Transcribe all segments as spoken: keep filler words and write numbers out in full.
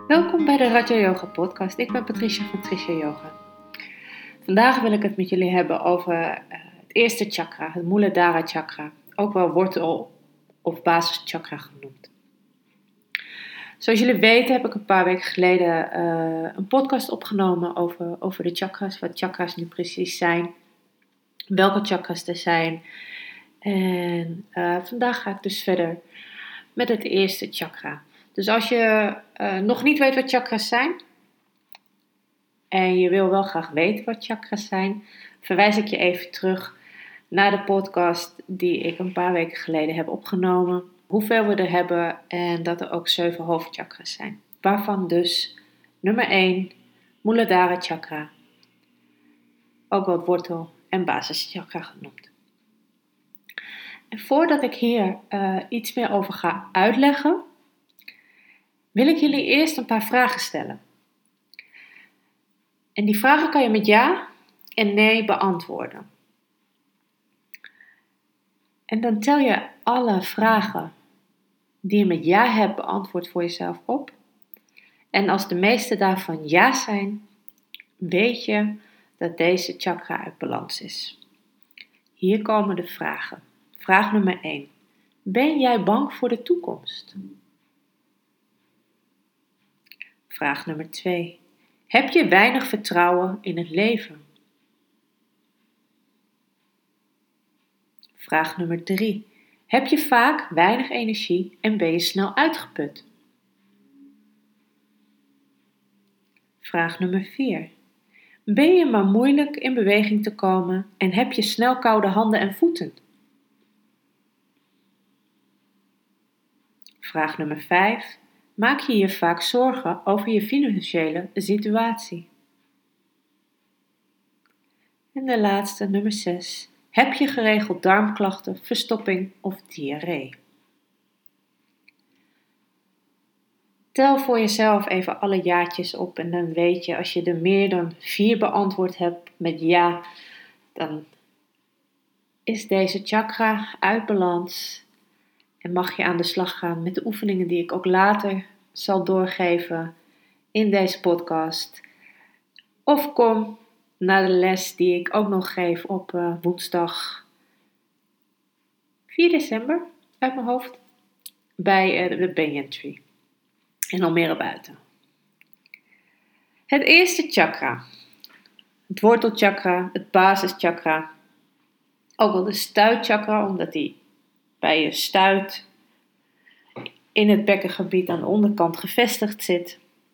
Welkom bij de Raja Yoga podcast. Ik ben Patricia van Tricia Yoga. Vandaag wil ik het met jullie hebben over uh, het eerste chakra, het Muladhara chakra, ook wel wortel of basischakra genoemd. Zoals jullie weten heb ik een paar weken geleden uh, een podcast opgenomen over, over de chakras, wat chakras nu precies zijn, welke chakras er zijn. En uh, vandaag ga ik dus verder met het eerste chakra. Dus als je uh, nog niet weet wat chakras zijn en je wil wel graag weten wat chakras zijn, verwijs ik je even terug naar de podcast die ik een paar weken geleden heb opgenomen. Hoeveel we er hebben en dat er ook zeven hoofdchakras zijn. Waarvan dus nummer één, Muladhara chakra, ook wel wortel- en basischakra genoemd. En voordat ik hier uh, iets meer over ga uitleggen, wil ik jullie eerst een paar vragen stellen. En die vragen kan je met ja en nee beantwoorden. En dan tel je alle vragen die je met ja hebt beantwoord voor jezelf op. En als de meeste daarvan ja zijn, weet je dat deze chakra uit balans is. Hier komen de vragen. Vraag nummer één. Ben jij bang voor de toekomst? Vraag nummer twee. Heb je weinig vertrouwen in het leven? Vraag nummer drie. Heb je vaak weinig energie en ben je snel uitgeput? Vraag nummer vier. Ben je maar moeilijk in beweging te komen en heb je snel koude handen en voeten? Vraag nummer vijf. Maak je je vaak zorgen over je financiële situatie? En de laatste, nummer zes. Heb je geregeld darmklachten, verstopping of diarree? Tel voor jezelf even alle jaartjes op en dan weet je, als je er meer dan vier beantwoord hebt met ja, dan is deze chakra uit balans en mag je aan de slag gaan met de oefeningen die ik ook later zal doorgeven in deze podcast. Of kom naar de les die ik ook nog geef op uh, woensdag vier december uit mijn hoofd bij uh, de Banyan Tree in Almere Buiten. Het eerste chakra, het wortelchakra, het basischakra, ook wel de stuitchakra, omdat die bij je stuit in het bekkengebied aan de onderkant gevestigd zit,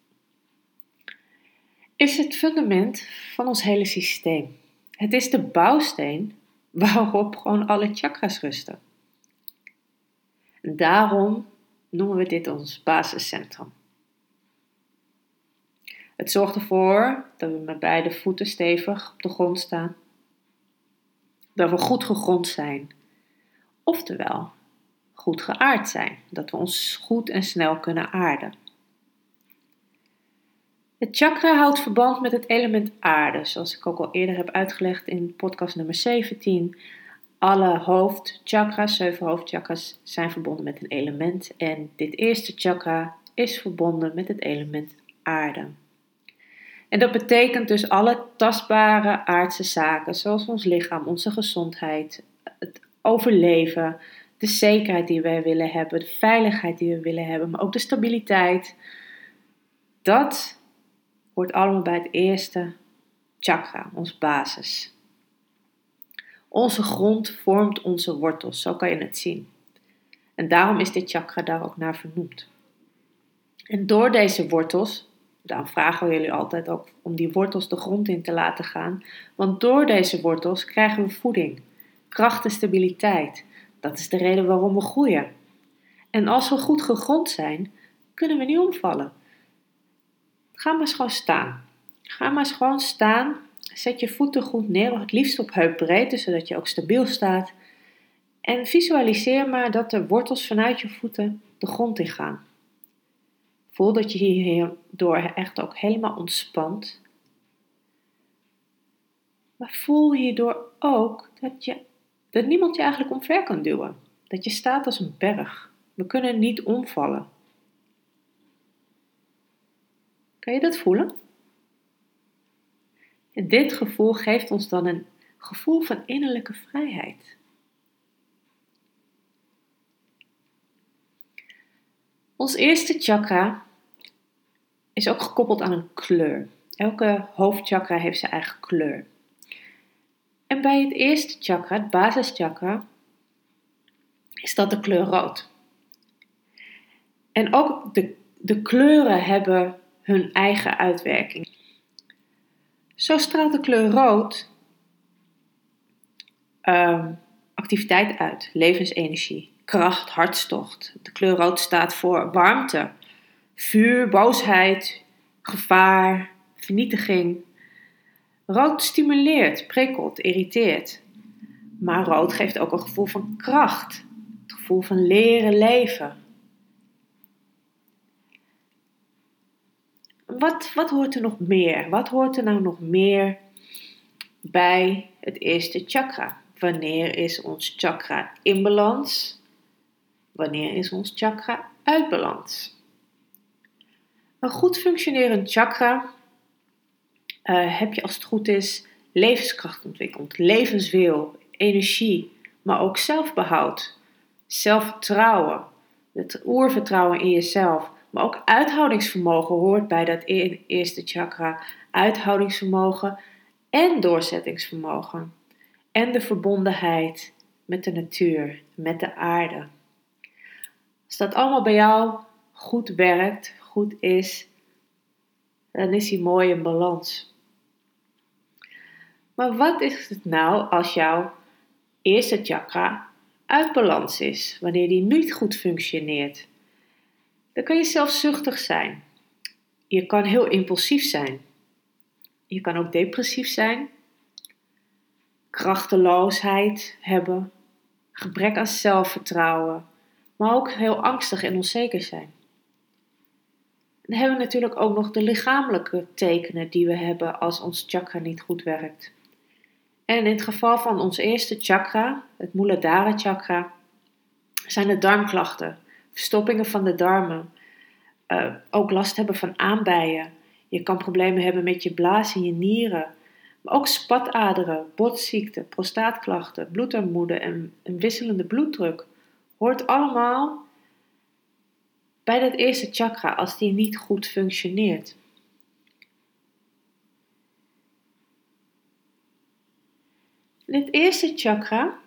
is het fundament van ons hele systeem. Het is de bouwsteen waarop gewoon alle chakras rusten. En daarom noemen we dit ons basiscentrum. Het zorgt ervoor dat we met beide voeten stevig op de grond staan. Dat we goed gegrond zijn. Oftewel, goed geaard zijn. Dat we ons goed en snel kunnen aarden. Het chakra houdt verband met het element aarde. Zoals ik ook al eerder heb uitgelegd in podcast nummer zeventien. Alle hoofdchakras, zeven hoofdchakras, zijn verbonden met een element. En dit eerste chakra is verbonden met het element aarde. En dat betekent dus alle tastbare aardse zaken, zoals ons lichaam, onze gezondheid, het overleven, de zekerheid die wij willen hebben, de veiligheid die we willen hebben, maar ook de stabiliteit. Dat hoort allemaal bij het eerste chakra, ons basis. Onze grond vormt onze wortels, zo kan je het zien. En daarom is dit chakra daar ook naar vernoemd. En door deze wortels, daarom vragen we jullie altijd ook om die wortels de grond in te laten gaan. Want door deze wortels krijgen we voeding, kracht en stabiliteit. Dat is de reden waarom we groeien. En als we goed gegrond zijn, kunnen we niet omvallen. Ga maar eens gewoon staan. Ga maar eens gewoon staan. Zet je voeten goed neer, het liefst op heupbreedte, zodat je ook stabiel staat. En visualiseer maar dat de wortels vanuit je voeten de grond in gaan. Voel dat je hierdoor echt ook helemaal ontspant. Maar voel hierdoor ook dat, je, dat niemand je eigenlijk omver kan duwen. Dat je staat als een berg. We kunnen niet omvallen. Kan je dat voelen? En dit gevoel geeft ons dan een gevoel van innerlijke vrijheid. Ons eerste chakra is ook gekoppeld aan een kleur. Elke hoofdchakra heeft zijn eigen kleur. En bij het eerste chakra, het basischakra, is dat de kleur rood. En ook de, de kleuren hebben hun eigen uitwerking. Zo straalt de kleur rood um, activiteit uit, levensenergie, kracht, hartstocht. De kleur rood staat voor warmte, vuur, boosheid, gevaar, vernietiging. Rood stimuleert, prikkelt, irriteert. Maar rood geeft ook een gevoel van kracht, het gevoel van leren leven. Wat, wat hoort er nog meer? Wat hoort er nou nog meer bij het eerste chakra? Wanneer is ons chakra in balans? Wanneer is ons chakra uit balans? Een goed functionerend chakra uh, heb je als het goed is levenskracht ontwikkeld, levenswil, energie, maar ook zelfbehoud, zelfvertrouwen, het oervertrouwen in jezelf. Maar ook uithoudingsvermogen hoort bij dat eerste chakra. Uithoudingsvermogen en doorzettingsvermogen. En de verbondenheid met de natuur, met de aarde. Als dat allemaal bij jou goed werkt, goed is, dan is die mooi in balans. Maar wat is het nou als jouw eerste chakra uit balans is? Wanneer die niet goed functioneert? Dan kan je zelfzuchtig zijn. Je kan heel impulsief zijn. Je kan ook depressief zijn. Krachteloosheid hebben. Gebrek aan zelfvertrouwen. Maar ook heel angstig en onzeker zijn. Dan hebben we natuurlijk ook nog de lichamelijke tekenen die we hebben als ons chakra niet goed werkt. En in het geval van ons eerste chakra, het Muladhara chakra, zijn het darmklachten. Verstoppingen van de darmen. Uh, ook last hebben van aanbijen. Je kan problemen hebben met je blaas en je nieren. Maar ook spataderen, botziekten, prostaatklachten, bloedarmoede en een wisselende bloeddruk. Hoort allemaal bij dat eerste chakra als die niet goed functioneert. En het eerste chakra,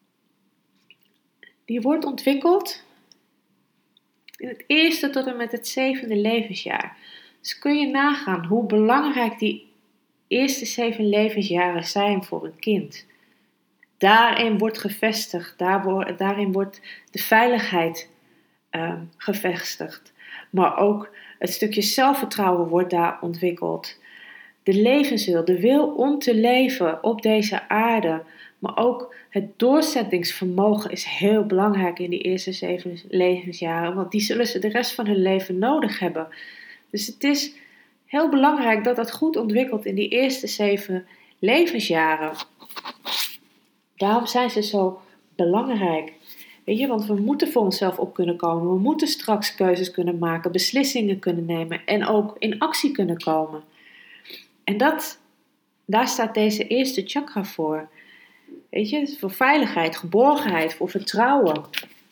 die wordt ontwikkeld in het eerste tot en met het zevende levensjaar. Dus kun je nagaan hoe belangrijk die eerste zeven levensjaren zijn voor een kind. Daarin wordt gevestigd, daar, daarin wordt de veiligheid uh, gevestigd. Maar ook het stukje zelfvertrouwen wordt daar ontwikkeld. De levenswil, de wil om te leven op deze aarde. Maar ook het doorzettingsvermogen is heel belangrijk in die eerste zeven levensjaren. Want die zullen ze de rest van hun leven nodig hebben. Dus het is heel belangrijk dat dat goed ontwikkelt in die eerste zeven levensjaren. Daarom zijn ze zo belangrijk. Weet je, want we moeten voor onszelf op kunnen komen. We moeten straks keuzes kunnen maken, beslissingen kunnen nemen en ook in actie kunnen komen. En dat, daar staat deze eerste chakra voor. Weet je, voor veiligheid, geborgenheid, voor vertrouwen.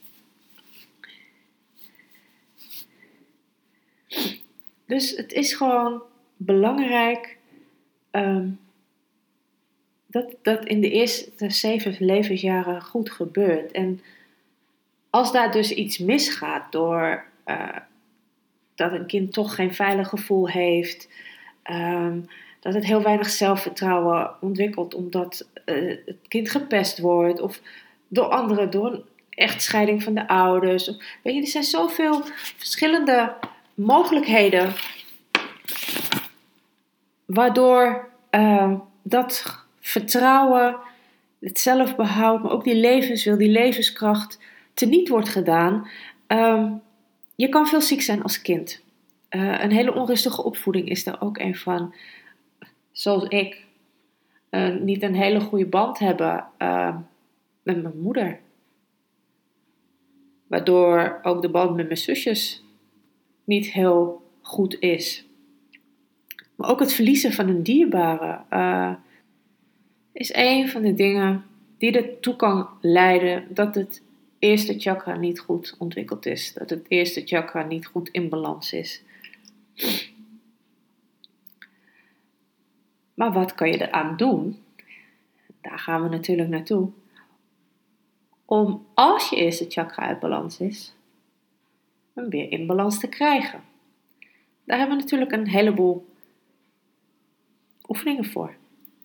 Dus het is gewoon belangrijk um, dat dat in de eerste zeven levensjaren goed gebeurt. En als daar dus iets misgaat door uh, dat een kind toch geen veilig gevoel heeft, um, dat het heel weinig zelfvertrouwen ontwikkelt omdat uh, het kind gepest wordt of door anderen, door een echtscheiding van de ouders. Of, weet je, er zijn zoveel verschillende mogelijkheden waardoor uh, dat vertrouwen, het zelfbehoud, maar ook die levenswil, die levenskracht teniet wordt gedaan. Um, je kan veel ziek zijn als kind. Uh, een hele onrustige opvoeding is daar ook een van. Zoals ik. Uh, niet een hele goede band hebben uh, met mijn moeder. Waardoor ook de band met mijn zusjes niet heel goed is. Maar ook het verliezen van een dierbare uh, is een van de dingen die ertoe kan leiden dat het eerste chakra niet goed ontwikkeld is. Dat het eerste chakra niet goed in balans is. Maar wat kan je eraan doen? Daar gaan we natuurlijk naartoe. Om als je eerste chakra uit balans is, hem weer in balans te krijgen. Daar hebben we natuurlijk een heleboel oefeningen voor.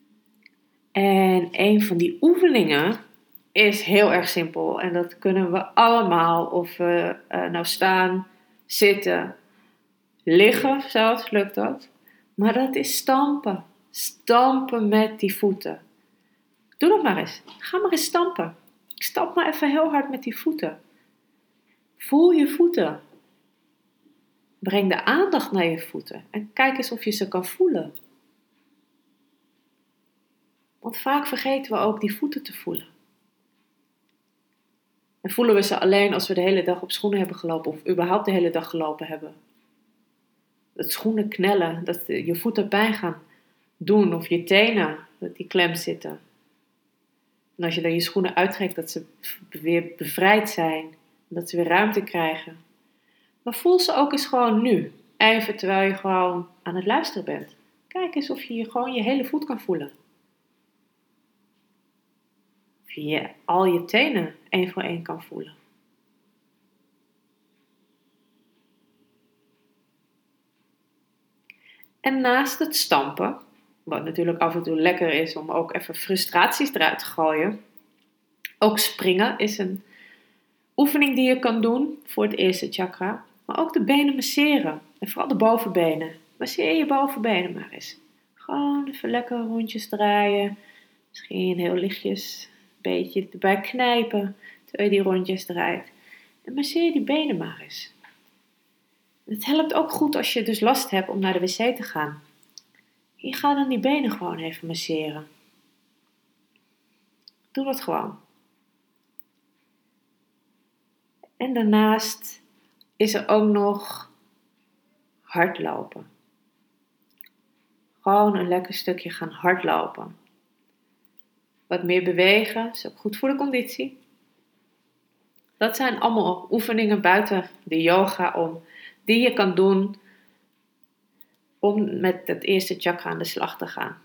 En een van die oefeningen is heel erg simpel. En dat kunnen we allemaal, of we uh, nou staan, zitten, liggen zelfs, lukt dat. Maar dat is stampen. Stampen met die voeten. Doe dat maar eens. Ga maar eens stampen. Stamp maar even heel hard met die voeten. Voel je voeten. Breng de aandacht naar je voeten. En kijk eens of je ze kan voelen. Want vaak vergeten we ook die voeten te voelen. En voelen we ze alleen als we de hele dag op schoenen hebben gelopen. Of überhaupt de hele dag gelopen hebben. Dat schoenen knellen. Dat je voeten pijn gaan doen. Of je tenen. Dat die klem zitten. En als je dan je schoenen uittrekt. Dat ze weer bevrijd zijn. Dat ze weer ruimte krijgen. Maar voel ze ook eens gewoon nu. Even terwijl je gewoon aan het luisteren bent. Kijk eens of je je gewoon je hele voet kan voelen. Of je al je tenen één voor één kan voelen. En naast het stampen, wat natuurlijk af en toe lekker is om ook even frustraties eruit te gooien. Ook springen is een oefening die je kan doen voor het eerste chakra. Maar ook de benen masseren. En vooral de bovenbenen. Masseer je bovenbenen maar eens. Gewoon even lekker rondjes draaien. Misschien heel lichtjes een beetje erbij knijpen. Terwijl je die rondjes draait. En masseer die benen maar eens. Het helpt ook goed als je dus last hebt om naar de wc te gaan. Je gaat dan die benen gewoon even masseren. Doe dat gewoon. En daarnaast is er ook nog hardlopen. Gewoon een lekker stukje gaan hardlopen. Wat meer bewegen is ook goed voor de conditie. Dat zijn allemaal oefeningen buiten de yoga om, die je kan doen om met het eerste chakra aan de slag te gaan.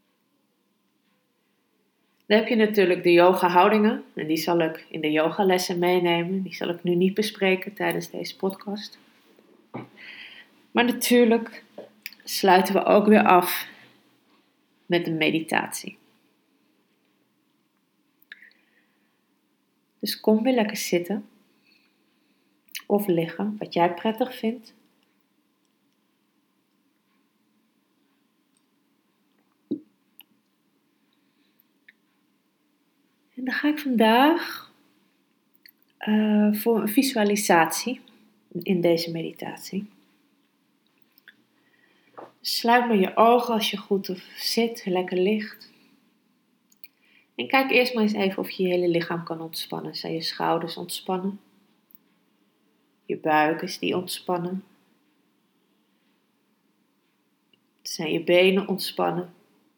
Dan heb je natuurlijk de yoga houdingen. En die zal ik in de yogalessen meenemen. Die zal ik nu niet bespreken tijdens deze podcast. Maar natuurlijk sluiten we ook weer af met een meditatie. Dus kom weer lekker zitten. Of liggen, wat jij prettig vindt. En dan ga ik vandaag uh, voor een visualisatie in deze meditatie. Sluit maar je ogen als je goed of zit, lekker ligt. En kijk eerst maar eens even of je je hele lichaam kan ontspannen. Zijn je schouders ontspannen? Je buik, is die ontspannen? Zijn je benen ontspannen?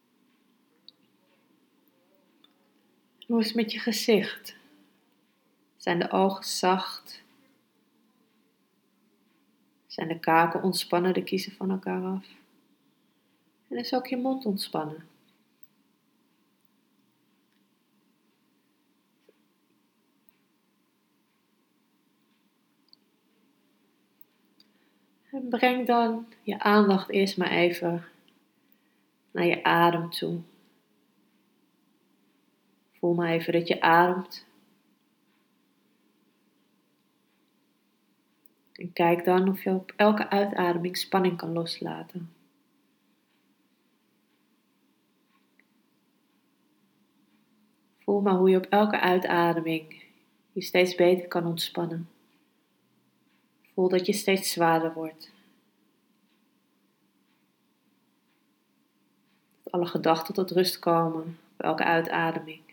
Hoe is het met je gezicht? Zijn de ogen zacht? Zijn de kaken ontspannen, de kiezen van elkaar af? En is ook je mond ontspannen? En breng dan je aandacht eerst maar even naar je adem toe. Voel maar even dat je ademt. En kijk dan of je op elke uitademing spanning kan loslaten. Voel maar hoe je op elke uitademing je steeds beter kan ontspannen. Voel dat je steeds zwaarder wordt. Dat alle gedachten tot rust komen op elke uitademing.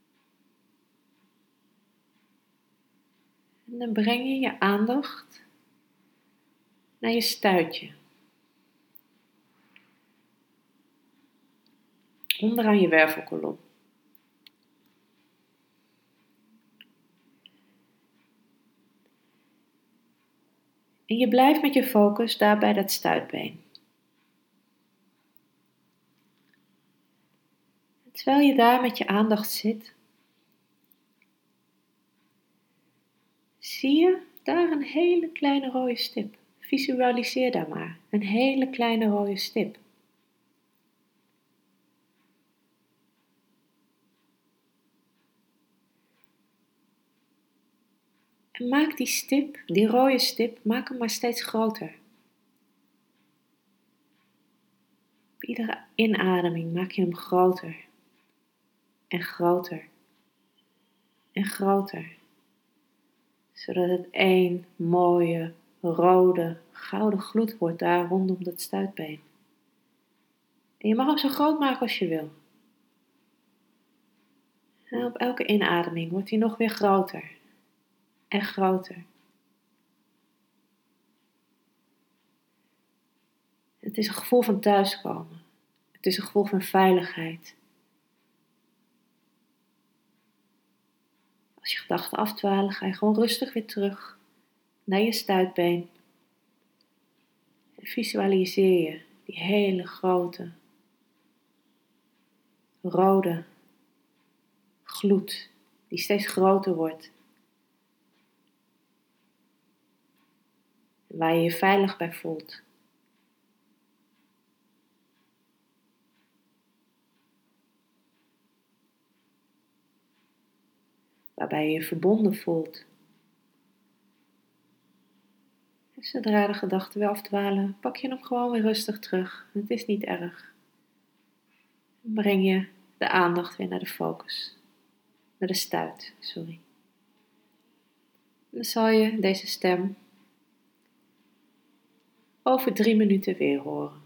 En dan breng je je aandacht naar je stuitje. onderaan je wervelkolom. En je blijft met je focus daar bij dat stuitbeen. Terwijl je daar met je aandacht zit, zie je daar een hele kleine rode stip. Visualiseer daar maar, een hele kleine rode stip. En maak die stip, die rode stip, maak hem maar steeds groter. Op iedere inademing maak je hem groter en groter en groter. Zodat het één mooie, rode, gouden gloed wordt daar rondom dat stuitbeen. En je mag hem zo groot maken als je wil. En op elke inademing wordt hij nog weer groter en groter. Het is een gevoel van thuiskomen. Het is een gevoel van veiligheid. Als je gedachten afdwalen, ga je gewoon rustig weer terug naar je stuitbeen. En visualiseer je die hele grote, rode gloed die steeds groter wordt. Waar je je veilig bij voelt. Waarbij je je verbonden voelt. En zodra de gedachten weer afdwalen, pak je hem gewoon weer rustig terug. Het is niet erg. Dan breng je de aandacht weer naar de focus. Naar de stuit, sorry. Dan zal je deze stem over drie minuten weer horen.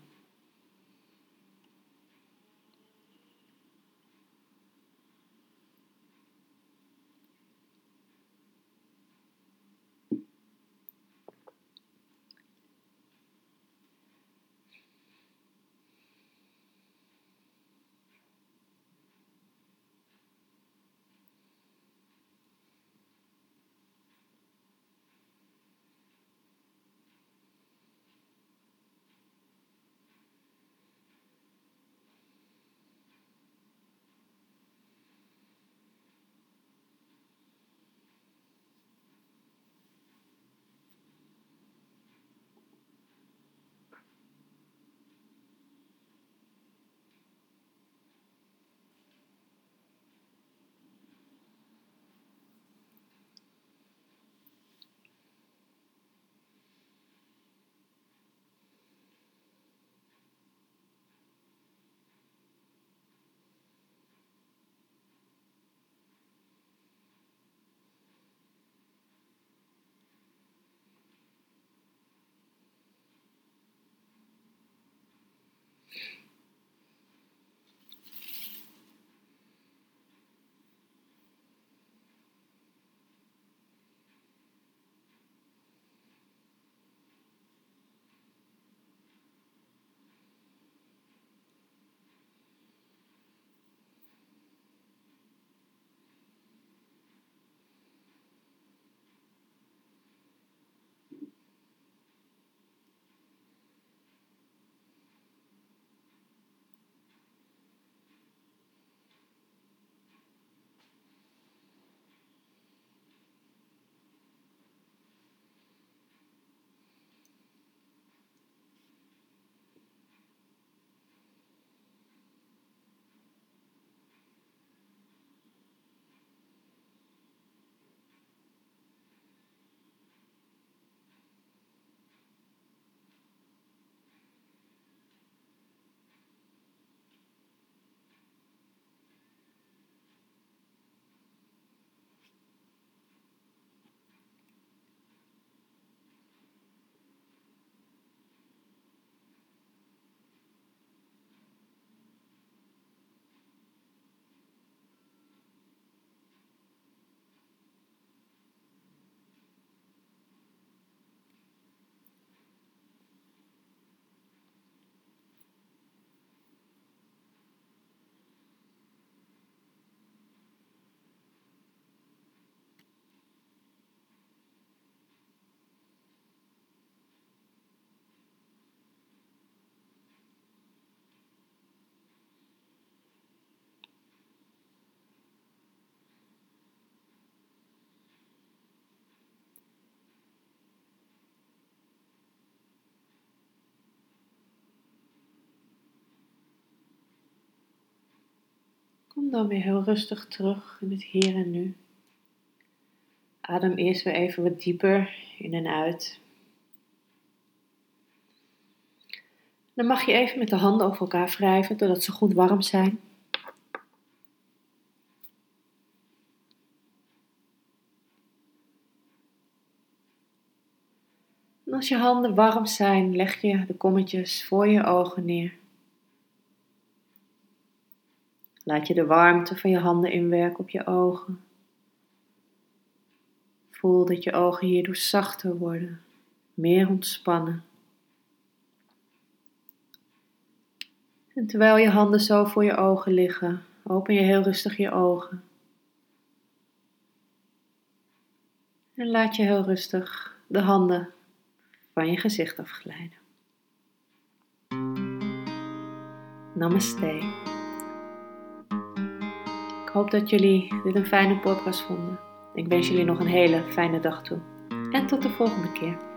Kom dan weer heel rustig terug in het hier en nu. Adem eerst weer even wat dieper in en uit. Dan mag je even met de handen over elkaar wrijven, totdat ze goed warm zijn. En als je handen warm zijn, leg je de kommetjes voor je ogen neer. Laat je de warmte van je handen inwerken op je ogen. Voel dat je ogen hierdoor zachter worden, meer ontspannen. En terwijl je handen zo voor je ogen liggen, open je heel rustig je ogen. En laat je heel rustig de handen van je gezicht afglijden. Namaste. Ik hoop dat jullie dit een fijne podcast vonden. Ik wens jullie nog een hele fijne dag toe. En tot de volgende keer.